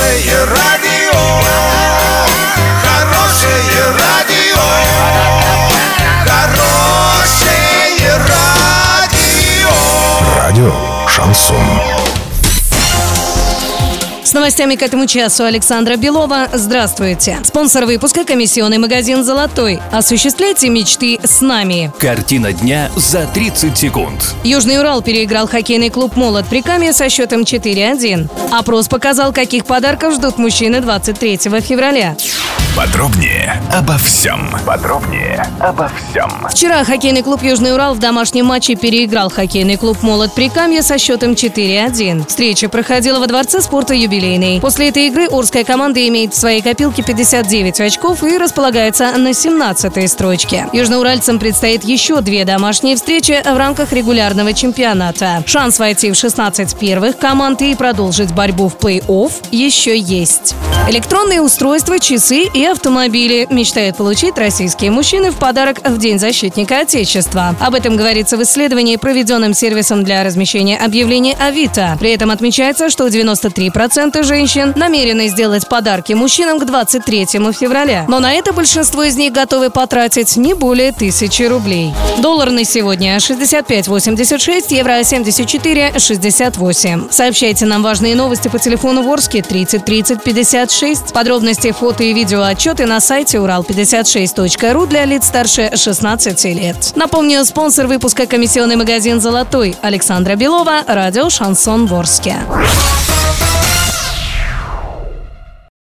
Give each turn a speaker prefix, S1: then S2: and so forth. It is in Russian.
S1: Хорошее радио, хорошее радио, хорошее радио.
S2: Радио «Шансон».
S3: С новостями к этому часу Александра Белова. Здравствуйте. Спонсор выпуска — комиссионный магазин «Золотой». Осуществляйте мечты с нами.
S4: Картина дня за 30 секунд.
S3: Южный Урал переиграл хоккейный клуб «Молот» Прикамье со счетом 4-1. Опрос показал, каких подарков ждут мужчины 23 февраля.
S2: Подробнее обо всем.
S3: Вчера хоккейный клуб «Южный Урал» в домашнем матче переиграл хоккейный клуб «Молот» Прикамье со счетом 4-1. Встреча проходила во Дворце спорта «Юбилейный». После этой игры уральская команда имеет в своей копилке 59 очков и располагается на 17-й строчке. Южноуральцам предстоит еще 2 домашние встречи в рамках регулярного чемпионата. Шанс войти в 16 первых команд и продолжить борьбу в плей-офф еще есть. Электронные устройства, часы и автомобили мечтают получить российские мужчины в подарок в День защитника Отечества. Об этом говорится в исследовании, проведенном сервисом для размещения объявлений Авито. При этом отмечается, что 93% женщин намерены сделать подарки мужчинам к 23 февраля. Но на это большинство из них готовы потратить не более 1000 рублей. Доллар на сегодня 65.86, евро 74.68. Сообщайте нам важные новости по телефону Ворске 30 30 56. Подробности, фото и видео отчеты на сайте урал56.ру для лиц старше 16 лет. Напомню, спонсор выпуска — комиссионный магазин «Золотой». Александра Белова, радио «Шансон» Ворске.